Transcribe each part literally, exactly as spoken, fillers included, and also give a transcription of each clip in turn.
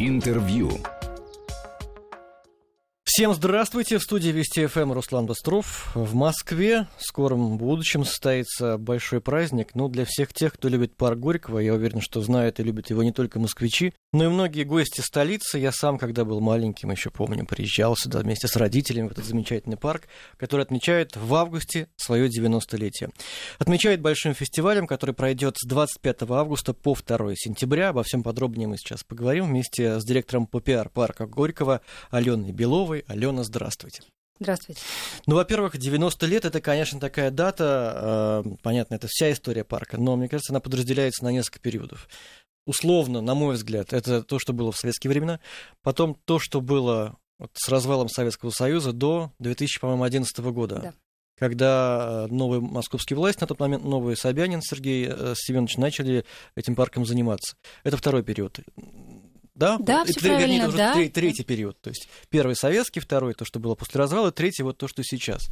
Интервью. Всем здравствуйте, в студии Вести ФМ Руслан Быстров. В Москве в скором будущем состоится большой праздник. Ну, для всех тех, кто любит парк Горького, я уверен, что знают и любят его не только москвичи, но и многие гости столицы. Я сам, когда был маленьким, еще помню, приезжал сюда вместе с родителями в этот замечательный парк, который отмечает в августе свое девяностолетие. Отмечает большим фестивалем, который пройдет с двадцать пятого августа по второго сентября. Обо всем подробнее мы сейчас поговорим вместе с директором по пиар парка Горького Аленой Беловой. Алена, здравствуйте. Здравствуйте. Ну, во-первых, девяносто лет – это, конечно, такая дата, э, понятно, это вся история парка, но, мне кажется, она подразделяется на несколько периодов. Условно, на мой взгляд, это то, что было в советские времена, потом то, что было вот с развалом Советского Союза до две тысячи одиннадцатого года. Да. Когда новые московские власти, на тот момент новые Собянин Сергей Семенович, начали этим парком заниматься. Это второй период. Да, да, это, все правильно, это уже да. Третий, третий период. То есть первый советский, второй то, что было после развала, третий вот то, что сейчас.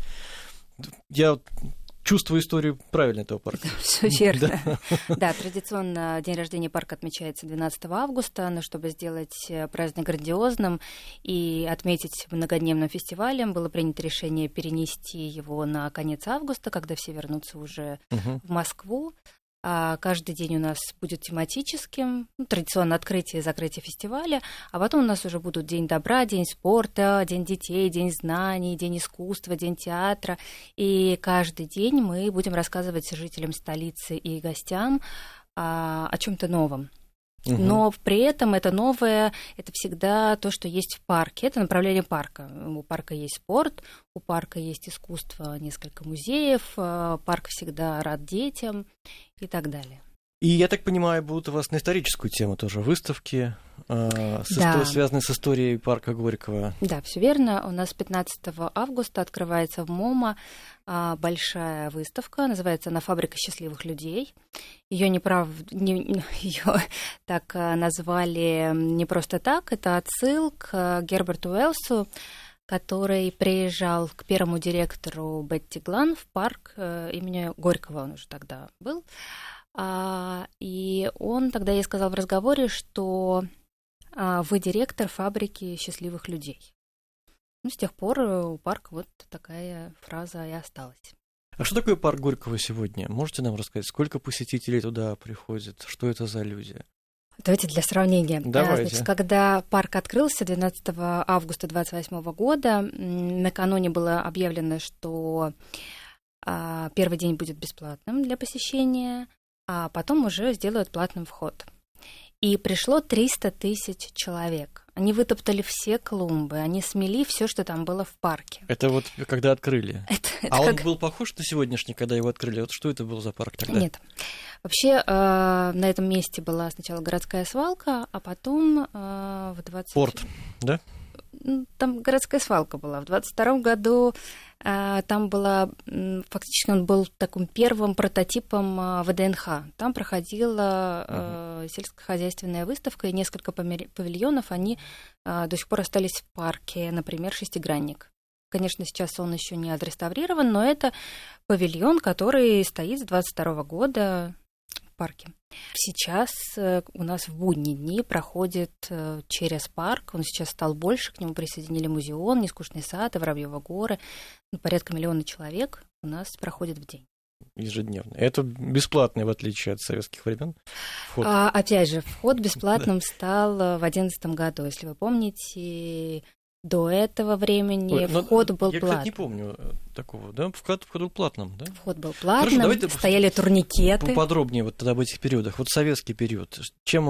Я чувствую историю правильно этого парка. Все верно. Да. да, традиционно день рождения парка отмечается двенадцатого августа, но чтобы сделать праздник грандиозным и отметить многодневным фестивалем, было принято решение перенести его на конец августа, когда все вернутся уже угу. в Москву. А каждый день у нас будет тематическим, ну, традиционно открытие и закрытие фестиваля, а потом у нас уже будут День добра, День спорта, День детей, День знаний, День искусства, День театра. И каждый день мы будем рассказывать жителям столицы и гостям а, о чем-то новом. Угу. Но при этом это новое, это всегда то, что есть в парке, это направление парка. У парка есть спорт, у парка есть искусство, несколько музеев, парк всегда рад детям и так далее. И, я так понимаю, будут у вас на историческую тему тоже выставки, э, с да. истор- связанные с историей парка Горького. Да, все верно. У нас пятнадцатого августа открывается в МОМА э, большая выставка, называется она «Фабрика счастливых людей». Ее не прав... не... Её так назвали не просто так, это отсыл к Герберту Уэллсу, который приезжал к первому директору Бетти Глан в парк э, имени Горького, он уже тогда был. А, и он тогда ей сказал в разговоре, что а, вы директор фабрики счастливых людей. Ну, с тех пор у парка вот такая фраза и осталась. А что такое парк Горького сегодня? Можете нам рассказать, сколько посетителей туда приходит? Что это за люди? Давайте для сравнения. Давайте. Значит, когда парк открылся двенадцатого августа двадцать восьмого года, накануне было объявлено, что а, первый день будет бесплатным для посещения, а потом уже сделают платным вход. И пришло триста тысяч человек. Они вытоптали все клумбы, они смели все, что там было в парке. Это вот когда открыли? Это, это а как... он был похож на сегодняшний, когда его открыли? Вот что это был за парк тогда? Нет. Вообще э, на этом месте была сначала городская свалка, а потом э, в двадцать... Порт, да? Там городская свалка была. В двадцать втором году э, там была, фактически он был таким первым прототипом э, ВДНХ. Там проходила э, сельскохозяйственная выставка, и несколько павильонов, они э, до сих пор остались в парке, например, «Шестигранник». Конечно, сейчас он еще не отреставрирован, но это павильон, который стоит с двадцать второго года в парке. Сейчас у нас в будние дни проходит через парк, он сейчас стал больше, к нему присоединили музеон, Нескучный сад и Воробьёвы горы. Порядка миллиона человек у нас проходит в день. Ежедневно. Это бесплатный, в отличие от советских времен, вход. А, опять же, вход бесплатным стал в две тысячи одиннадцатом году, если вы помните. До этого времени Ой, вход был я, платным. Я, кстати, не помню такого, да? Вход, вход был платным, да? Вход был платным, Хорошо, стояли турникеты. Поподробнее вот тогда об этих периодах. Вот советский период. Чем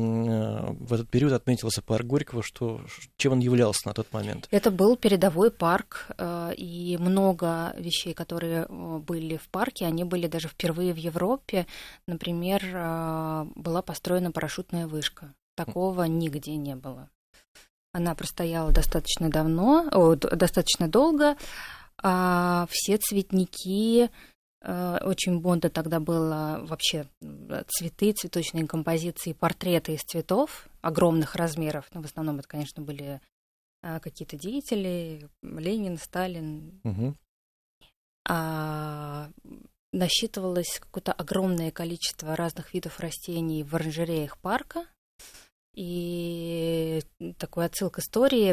э, в этот период отметился парк Горького? Что, чем он являлся на тот момент? Это был передовой парк, э, и много вещей, которые были в парке, они были даже впервые в Европе. Например, э, была построена парашютная вышка. Такого нигде не было. Она простояла достаточно давно, о, достаточно долго. А все цветники, очень модно тогда было вообще цветы, цветочные композиции, портреты из цветов огромных размеров. Но в основном это, конечно, были какие-то деятели, Ленин, Сталин. Угу. А, насчитывалось какое-то огромное количество разных видов растений в оранжереях парка. И такой отсыл к истории.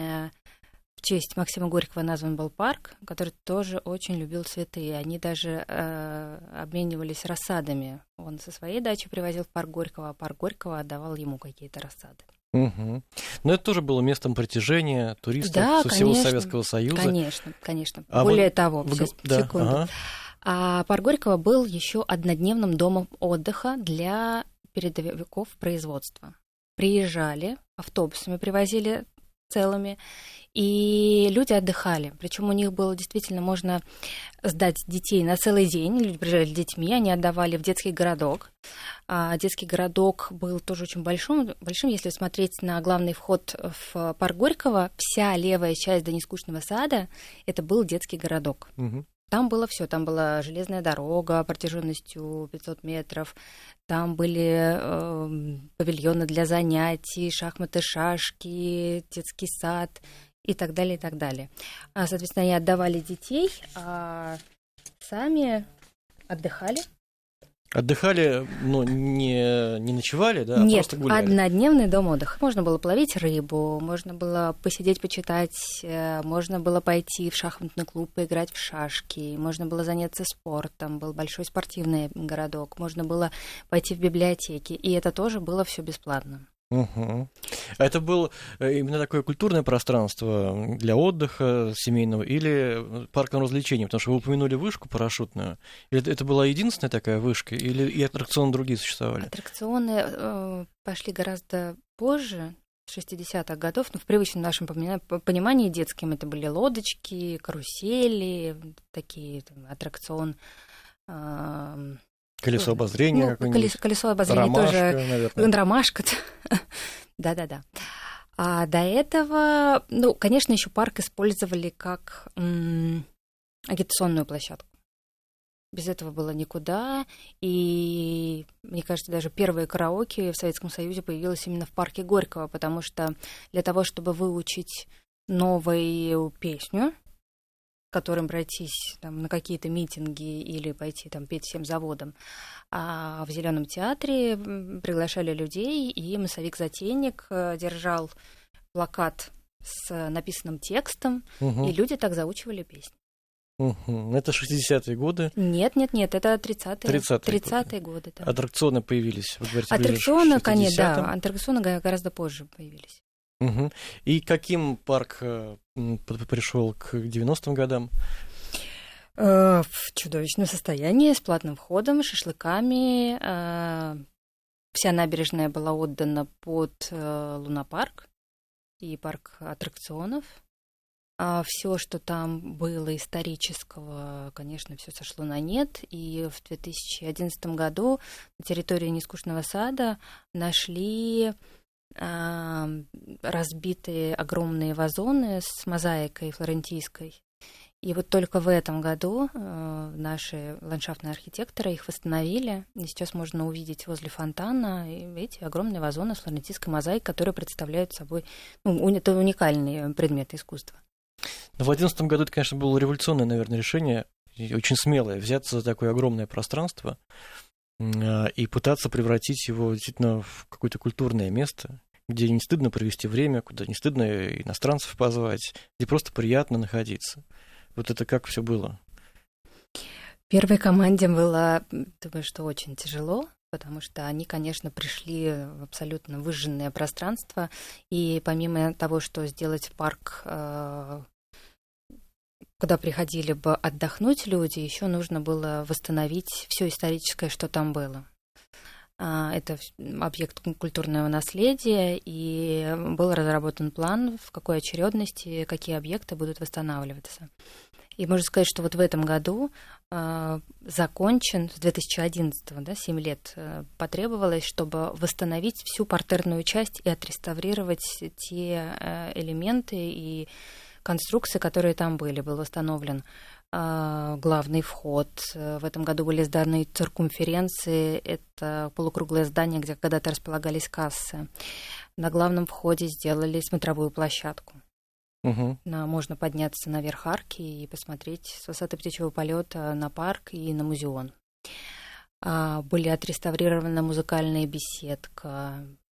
В честь Максима Горького назван был парк, который тоже очень любил цветы. Они даже э, обменивались рассадами. Он со своей дачи привозил в парк Горького, а парк Горького отдавал ему какие-то рассады. Угу. Но это тоже было местом притяжения туристов да, со конечно, всего Советского Союза. Конечно, конечно. А Более вы... того, вы... сейчас, да, секунду. ага. А парк Горького был еще однодневным домом отдыха для передовиков производства. Приезжали, автобусами привозили целыми, и люди отдыхали. Причем у них было действительно можно сдать детей на целый день. Люди приезжали с детьми, они отдавали в детский городок. А детский городок был тоже очень большим, большим. Если смотреть на главный вход в парк Горького, вся левая часть до Нескучного сада — это был детский городок. Угу. Там было все, там была железная дорога протяженностью пятьсот метров, там были э, павильоны для занятий, шахматы, шашки, детский сад и так далее, и так далее. А, соответственно, они отдавали детей, а сами отдыхали. Отдыхали, но не, не ночевали, да, а Нет, просто гуляли? однодневный дом отдыха. Можно было половить рыбу, можно было посидеть, почитать, можно было пойти в шахматный клуб, поиграть в шашки, можно было заняться спортом, был большой спортивный городок, можно было пойти в библиотеки, и это тоже было все бесплатно. Угу. А это было именно такое культурное пространство для отдыха семейного или парк на развлечения? Потому что вы упомянули вышку парашютную. Или это была единственная такая вышка, или и аттракционы другие существовали? Аттракционы э, пошли гораздо позже, с шестидесятых годов, но в привычном нашем понимании детским это были лодочки, карусели, такие там, аттракцион... Э, Колесо обозрения ну, какое-нибудь. Колесо, колесо обозрения Ромашка, тоже. Наверное. Ромашка. Да-да-да. А до этого, ну, конечно, еще парк использовали как м- агитационную площадку. Без этого было никуда. И, мне кажется, даже первые караоке в Советском Союзе появилось именно в парке Горького, потому что для того, чтобы выучить новую песню, которым пройтись там, на какие-то митинги или пойти там, петь всем заводом. А в Зеленом театре приглашали людей, и массовик-затейник держал плакат с написанным текстом, угу. и люди так заучивали песни. Угу. Это шестидесятые годы? Нет, нет, нет, это тридцатые, тридцатые, тридцатые годы. Да. Аттракционы появились, вы говорите, аттракционы, конечно, да, аттракционы гораздо позже появились. Угу. И каким парк пришел к девяностым годам? В чудовищном состоянии, с платным входом, шашлыками. Вся набережная была отдана под лунопарк и парк аттракционов. Все, что там было исторического, конечно, все сошло на нет. И в две тысячи одиннадцатом году на территории Нескучного сада нашли разбитые огромные вазоны с мозаикой флорентийской. И вот только в этом году наши ландшафтные архитекторы их восстановили. И сейчас можно увидеть возле фонтана эти огромные вазоны с флорентийской мозаикой, которые представляют собой... Ну, это уникальные предметы искусства. Но в две тысячи одиннадцатом году это, конечно, было революционное, наверное, решение, очень смелое, взяться за такое огромное пространство и пытаться превратить его действительно в какое-то культурное место, где не стыдно провести время, куда не стыдно иностранцев позвать, где просто приятно находиться. Вот это как все было? Первой команде было, думаю, что очень тяжело, потому что они, конечно, пришли в абсолютно выжженное пространство, и помимо того, что сделать парк, куда приходили бы отдохнуть люди, еще нужно было восстановить все историческое, что там было. Это объект культурного наследия, и был разработан план, в какой очередности какие объекты будут восстанавливаться. И можно сказать, что вот в этом году э, закончен, с две тысячи одиннадцатого, да, семь лет э, потребовалось, чтобы восстановить всю партерную часть и отреставрировать те э, элементы и конструкции, которые там были. Был восстановлен э, главный вход. В этом году были сданы циркумференции. Это полукруглое здание, где когда-то располагались кассы. На главном входе сделали смотровую площадку. Угу. На, можно подняться наверх арки и посмотреть с высоты птичьего полета на парк и на музеон. А, были отреставрирована музыкальная беседка,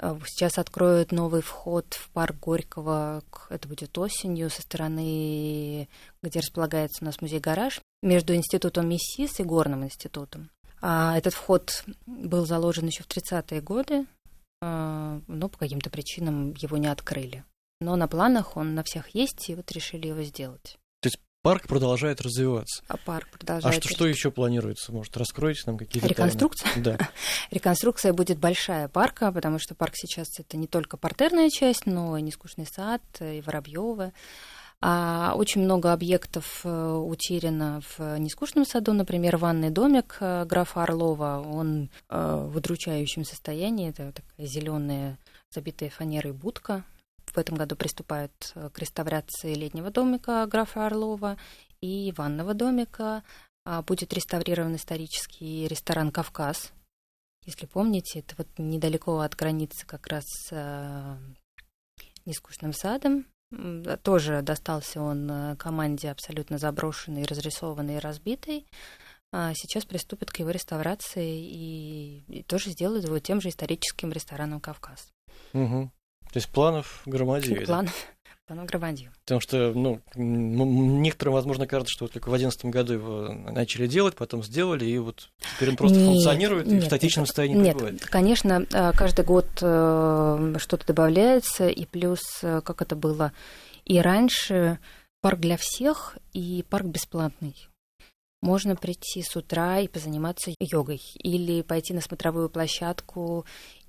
Сейчас откроют новый вход в парк Горького, это будет осенью, со стороны, где располагается у нас музей-гараж, между институтом МИСИС и Горным институтом. А этот вход был заложен еще в тридцатые годы, но по каким-то причинам его не открыли. Но на планах он на всех есть, и вот решили его сделать. То есть парк продолжает развиваться. А парк продолжает. А что, что еще планируется? Может, раскроете нам какие-то Реконструкция? Да. Реконструкция будет большая парка, потому что парк сейчас это не только партерная часть, но и Нескучный сад, и Воробьёвы. А очень много объектов утеряно в Нескучном саду, например, ванный домик графа Орлова, он в удручающем состоянии, это такая зеленая забитая фанерой будка. В этом году приступают к реставрации летнего домика графа Орлова и ванного домика. Будет реставрирован исторический ресторан «Кавказ». Если помните, это вот недалеко от границы как раз с Нескучным садом. Тоже достался он команде абсолютно заброшенной, разрисованной и разбитой. А сейчас приступят к его реставрации и, и тоже сделают его тем же историческим рестораном «Кавказ». Угу. То есть планов громадье. Планов, планов громадье. Потому что, ну, некоторым, возможно, кажется, что вот только в две тысячи одиннадцатом году его начали делать, потом сделали, и вот теперь он просто нет, функционирует и нет, в статичном состоянии нет, пребывает. Нет, конечно, каждый год что-то добавляется, и плюс, как это было и раньше, парк для всех и парк бесплатный. Можно прийти с утра и позаниматься йогой, или пойти на смотровую площадку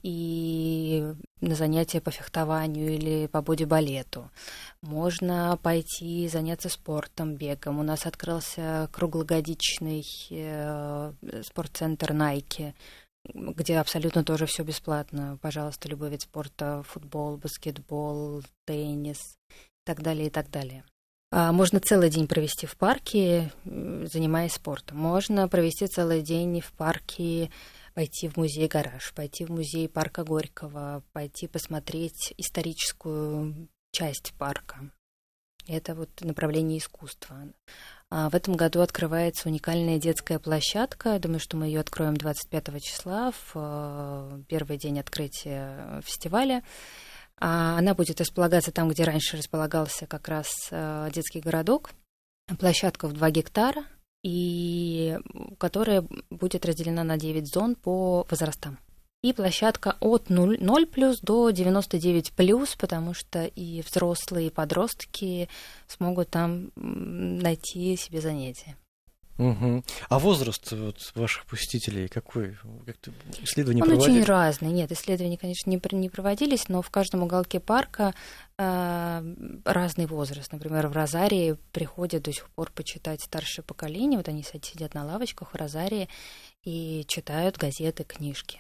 и на занятия по фехтованию или по боди-балету. Можно пойти заняться спортом, бегом. У нас открылся круглогодичный э, спортцентр Nike, где абсолютно тоже все бесплатно. Пожалуйста, любой вид спорта, футбол, баскетбол, теннис и так далее, и так далее. Можно целый день провести в парке, занимаясь спортом. Можно провести целый день в парке, пойти в музей-гараж, пойти в музей парка Горького, пойти посмотреть историческую часть парка. Это вот направление искусства. А в этом году открывается уникальная детская площадка. Я думаю, что мы ее откроем двадцать пятого числа, в первый день открытия фестиваля. Она будет располагаться там, где раньше располагался как раз детский городок. Площадка в два гектара, и которая будет разделена на девять зон по возрастам. И площадка от ноль плюс до девяносто девять плюс, потому что и взрослые, и подростки смогут там найти себе занятия. Угу. А возраст вот ваших посетителей какой? Как-то исследования Он проводили? очень разный. Нет, исследования, конечно, не, не проводились, но в каждом уголке парка э, разный возраст. Например, в Розарии приходят до сих пор почитать старшее поколение. Вот они сидят на лавочках в Розарии и читают газеты, книжки.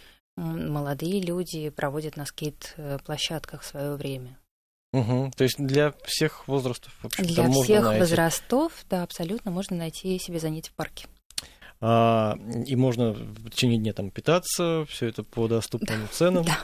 Молодые люди проводят на скейт-площадках в свое время. Угу. То есть для всех возрастов вообще Для можно всех найти. возрастов, да, абсолютно можно найти себе занятия в парке. А, и можно в течение дня там питаться, все это по доступным да. ценам. Да.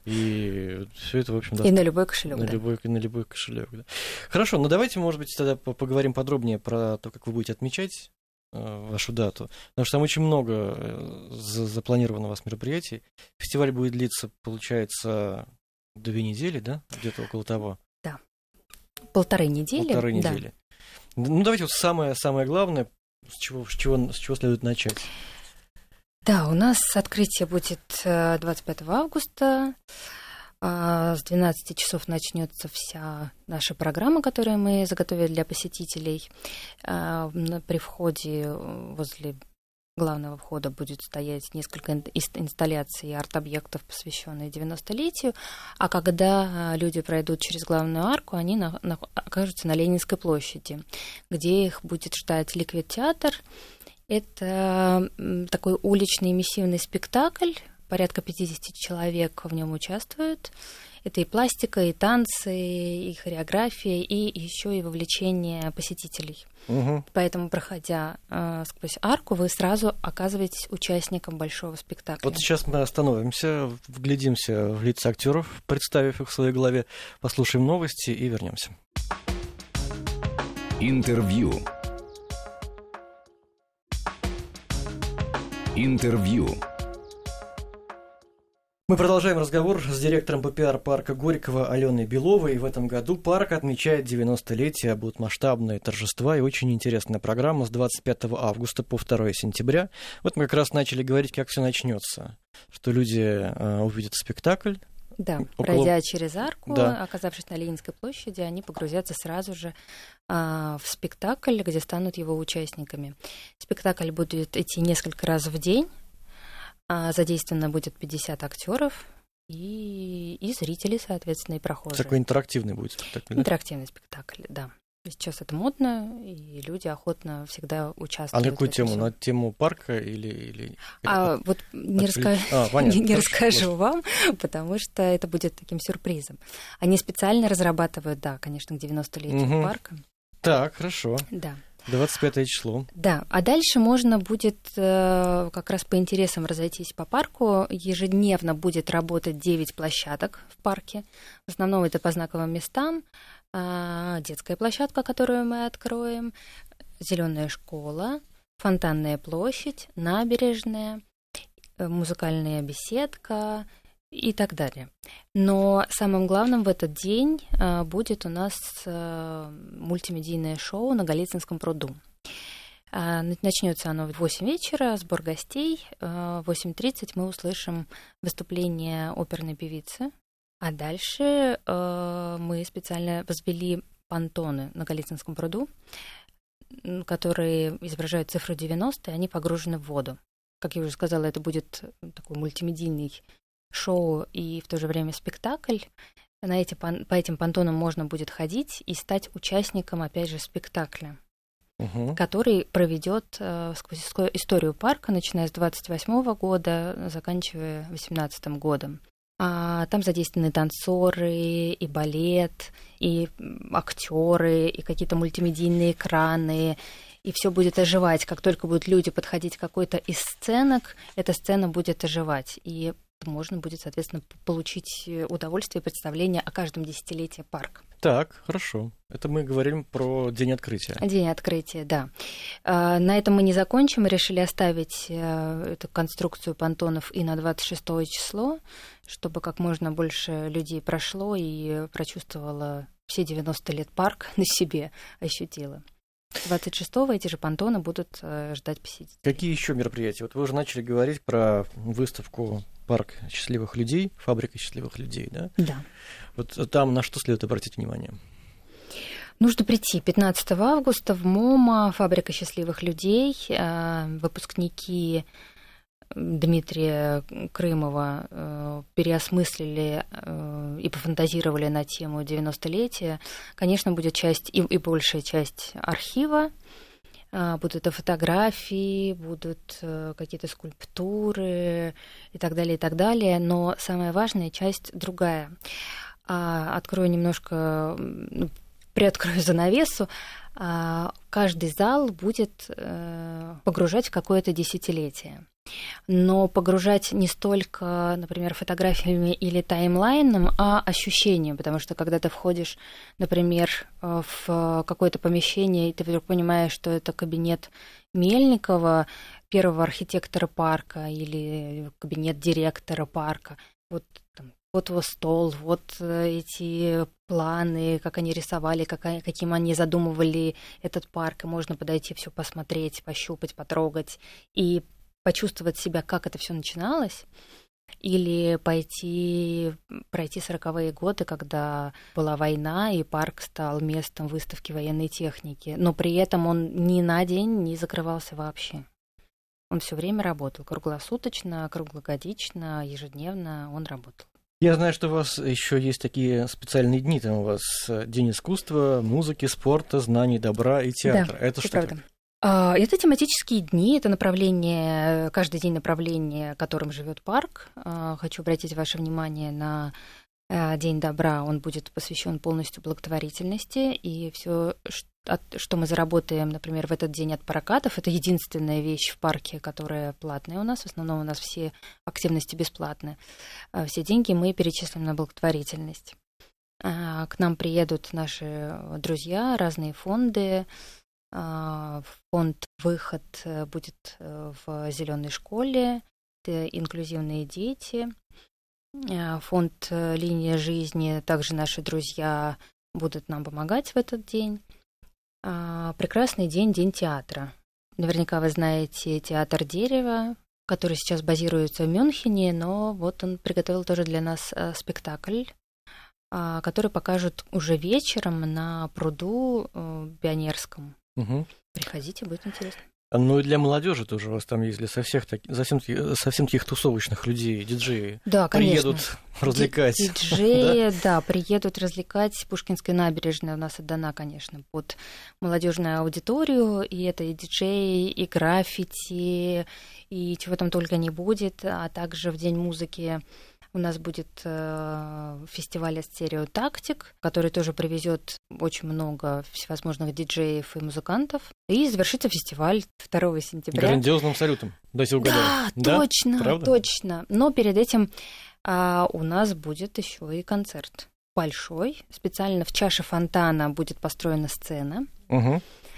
И все это, в общем, и на любой кошелек. На, да. любой, на любой кошелек. Да. Хорошо, ну давайте, может быть, тогда поговорим подробнее про то, как вы будете отмечать э, вашу дату. Потому что там очень много э, запланировано у вас мероприятий. Фестиваль будет длиться, получается, две недели, да? Где-то около того. Да. Полторы недели. Полторы недели. Да. Ну, давайте вот самое, самое главное, с чего, с, чего, с чего следует начать. Да, у нас открытие будет двадцать пятого августа. С двенадцати часов начнется вся наша программа, которую мы заготовили для посетителей. При входе возле главного входа будет стоять несколько инсталляций и арт-объектов, посвященных девяностолетию, а когда люди пройдут через главную арку, они на, на, окажутся на Ленинской площади, где их будет ждать Ликвид-театр. Это такой уличный эмиссивный спектакль, порядка пятьдесят человек в нем участвуют. Это и пластика, и танцы, и хореография, и еще и вовлечение посетителей. Угу. Поэтому, проходя э, сквозь арку, вы сразу оказываетесь участником большого спектакля. Вот сейчас мы остановимся, вглядимся в лица актеров, представив их в своей голове, послушаем новости и вернемся. Интервью. Интервью. Мы продолжаем разговор с директором пэ пэ эр парка Горького Аленой Беловой. В этом году парк отмечает девяностолетие, будут масштабные торжества и очень интересная программа с двадцать пятого августа по второго сентября. Вот мы как раз начали говорить, как все начнется, что люди э, увидят спектакль. Да, около... пройдя через арку, да. оказавшись на Ленинской площади, они погрузятся сразу же а, в спектакль, где станут его участниками. Спектакль будет идти несколько раз в день. А задействовано будет пятьдесят актеров и, и зрители, соответственно, и прохожие. Такой интерактивный будет спектакль, да? Интерактивный спектакль, да. Сейчас это модно, и люди охотно всегда участвуют. А на какую в тему? всем. На тему парка или... или... А, вот не, раска... а, понятно, не, не хорошо, расскажу вам, потому что это будет таким сюрпризом. Они специально разрабатывают, да, конечно, к девяностолетию угу. парка. Так, хорошо. Да. двадцать пятое число. Да, а дальше можно будет э, как раз по интересам разойтись по парку. Ежедневно будет работать девять площадок в парке. В основном это по знаковым местам. Э, детская площадка, которую мы откроем, зеленая школа, фонтанная площадь, набережная, э, музыкальная беседка и так далее. Но самым главным в этот день э, будет у нас э, мультимедийное шоу на Голицынском пруду. Э, начнется оно в восемь вечера, сбор гостей. Э, в восемь тридцать мы услышим выступление оперной певицы. А дальше э, мы специально возвели понтоны на Голицынском пруду, которые изображают цифру девяносто, и они погружены в воду. Как я уже сказала, это будет такой мультимедийный шоу и в то же время спектакль. На эти, по этим понтонам можно будет ходить и стать участником, опять же, спектакля, угу. который проведет э, сквозь историю парка, начиная с двадцать восьмого года, заканчивая восемнадцатым годом. А там задействованы танцоры, и балет, и актеры, и какие-то мультимедийные экраны. И все будет оживать. Как только будут люди подходить к какой-то из сценок, эта сцена будет оживать. И можно будет, соответственно, получить удовольствие и представление о каждом десятилетии парка. Так, хорошо. Это мы говорим про день открытия. День открытия, да. На этом мы не закончим. Мы решили оставить эту конструкцию понтонов и на двадцать шестое число, чтобы как можно больше людей прошло и прочувствовало все девяносто лет парк на себе, ощутило. двадцать шестого эти же понтоны будут ждать посетителей. Какие еще мероприятия? Вот вы уже начали говорить про выставку «Парк счастливых людей», «Фабрика счастливых людей», да? Да. Вот там на что следует обратить внимание? Нужно прийти пятнадцатого августа в МОМА, «Фабрика счастливых людей». Выпускники Дмитрия Крымова переосмыслили и пофантазировали на тему девяностолетия. Конечно, будет часть и, и большая часть архива. Будут это фотографии, будут какие-то скульптуры и так далее, и так далее. Но самая важная часть другая. Открою немножко, ну, приоткрою занавесу. Каждый зал будет погружать в какое-то десятилетие. Но погружать не столько, например, фотографиями или таймлайном, а ощущением, потому что когда ты входишь, например, в какое-то помещение, и ты вдруг понимаешь, что это кабинет Мельникова, первого архитектора парка, или кабинет директора парка, вот там, вот его стол, вот эти планы, как они рисовали, как, каким они задумывали этот парк, и можно подойти все посмотреть, пощупать, потрогать, и почувствовать себя, как это все начиналось, или пойти пройти сороковые годы, когда была война, и парк стал местом выставки военной техники, но при этом он ни на день не закрывался вообще. Он все время работал, круглосуточно, круглогодично, ежедневно он работал. Я знаю, что у вас еще есть такие специальные дни, там у вас День искусства, музыки, спорта, знаний, добра и театра. Да, это что правда. Это тематические дни, это направление, каждый день направление, которым живет парк. Хочу обратить ваше внимание на День добра, он будет посвящен полностью благотворительности, и все, что мы заработаем, например, в этот день от прокатов, это единственная вещь в парке, которая платная у нас. В основном у нас все активности бесплатные. Все деньги мы перечислим на благотворительность. К нам приедут наши друзья, разные фонды. Фонд «Выход» будет в зеленой школе, это инклюзивные дети. Фонд «Линия жизни», также наши друзья будут нам помогать в этот день. Прекрасный день, День театра. Наверняка вы знаете театр «Дерево», который сейчас базируется в Мюнхене, но вот он приготовил тоже для нас спектакль, который покажут уже вечером на пруду Пионерском. Угу. Приходите, будет интересно. Ну и для молодежи тоже у вас там есть, для совсем, совсем, совсем таких тусовочных людей, диджеи. Да, приедут конечно. развлекать. Диджеи, да? да, приедут развлекать. Пушкинская набережная у нас отдана, конечно, под молодежную аудиторию, и это и диджеи, и граффити, и чего там только не будет, а также в День музыки у нас будет э, фестиваль «Стереотактик», который тоже привезет очень много всевозможных диджеев и музыкантов. И завершится фестиваль второго сентября. Грандиозным салютом, дайте угадаю. Да, да? точно, Правда? точно. Но перед этим э, у нас будет еще и концерт большой. Специально в чаше фонтана будет построена сцена. Угу.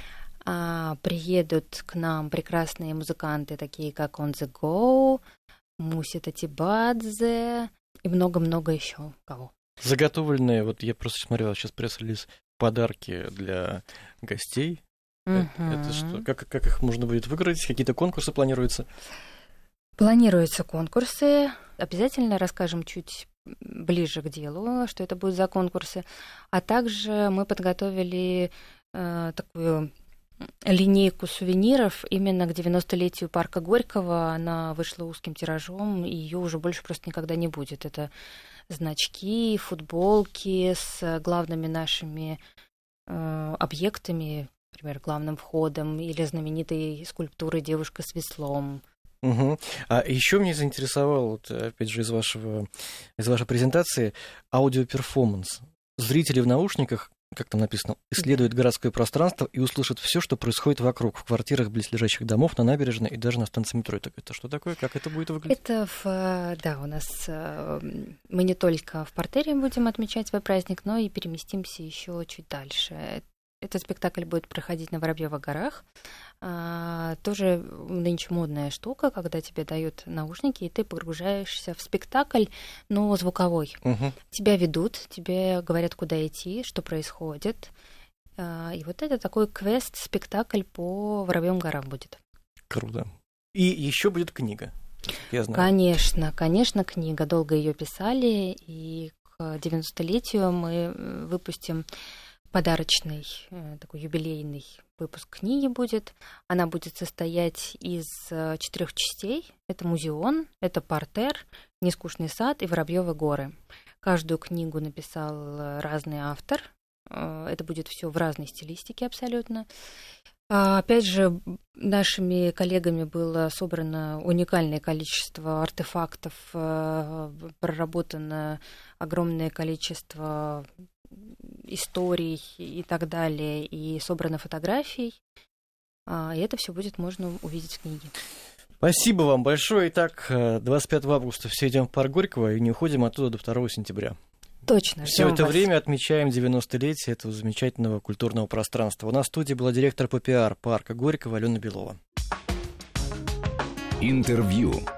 А, приедут к нам прекрасные музыканты, такие как On The Go, Муси Татибадзе и много-много еще кого. Заготовленные, вот я просто смотрел сейчас пресс-релиз, подарки для гостей. Uh-huh. Это, это что? Как, как их можно будет выиграть? Какие-то конкурсы планируются? Планируются конкурсы. Обязательно расскажем чуть ближе к делу, что это будут за конкурсы. А также мы подготовили э, такую линейку сувениров именно к девяностолетию парка Горького. Она вышла узким тиражом, и ее уже больше просто никогда не будет. Это значки, футболки с главными нашими э, объектами, например, главным входом или знаменитой скульптурой «Девушка с веслом». Угу. А еще меня заинтересовал, вот, опять же, из, вашего, из вашей презентации аудиоперформанс. Зрители в наушниках, как там написано, исследуют городское пространство и услышат все, что происходит вокруг, в квартирах близлежащих домов, на набережной и даже на станции метро. Это что такое? Как это будет выглядеть? Это, в, да, у нас мы не только в партере будем отмечать свой праздник, но и переместимся еще чуть дальше. Этот спектакль будет проходить на Воробьевых горах. А, тоже нынче модная штука, когда тебе дают наушники, и ты погружаешься в спектакль, но звуковой. Угу. Тебя ведут, тебе говорят, куда идти, что происходит. А, и вот это такой квест-спектакль по Воробьевым горам будет. Круто. И еще будет книга, я знаю. Конечно, конечно, книга. Долго ее писали, и к девяностолетию мы выпустим подарочный, такой юбилейный выпуск книги будет. Она будет состоять из четырех частей. Это музеон, это партер, нескучный сад и Воробьевы горы. Каждую книгу написал разный автор. Это будет все в разной стилистике абсолютно. Опять же, нашими коллегами было собрано уникальное количество артефактов, проработано огромное количество историй и так далее, и собрано фотографий, и это все будет можно увидеть в книге. Спасибо вам большое. Итак, двадцать пятого августа все идем в парк Горького и не уходим оттуда до второго сентября. Точно. Все это вас. время отмечаем девяностолетие этого замечательного культурного пространства. У нас в студии была директор по пиар парка Горького Алена Белова. Интервью.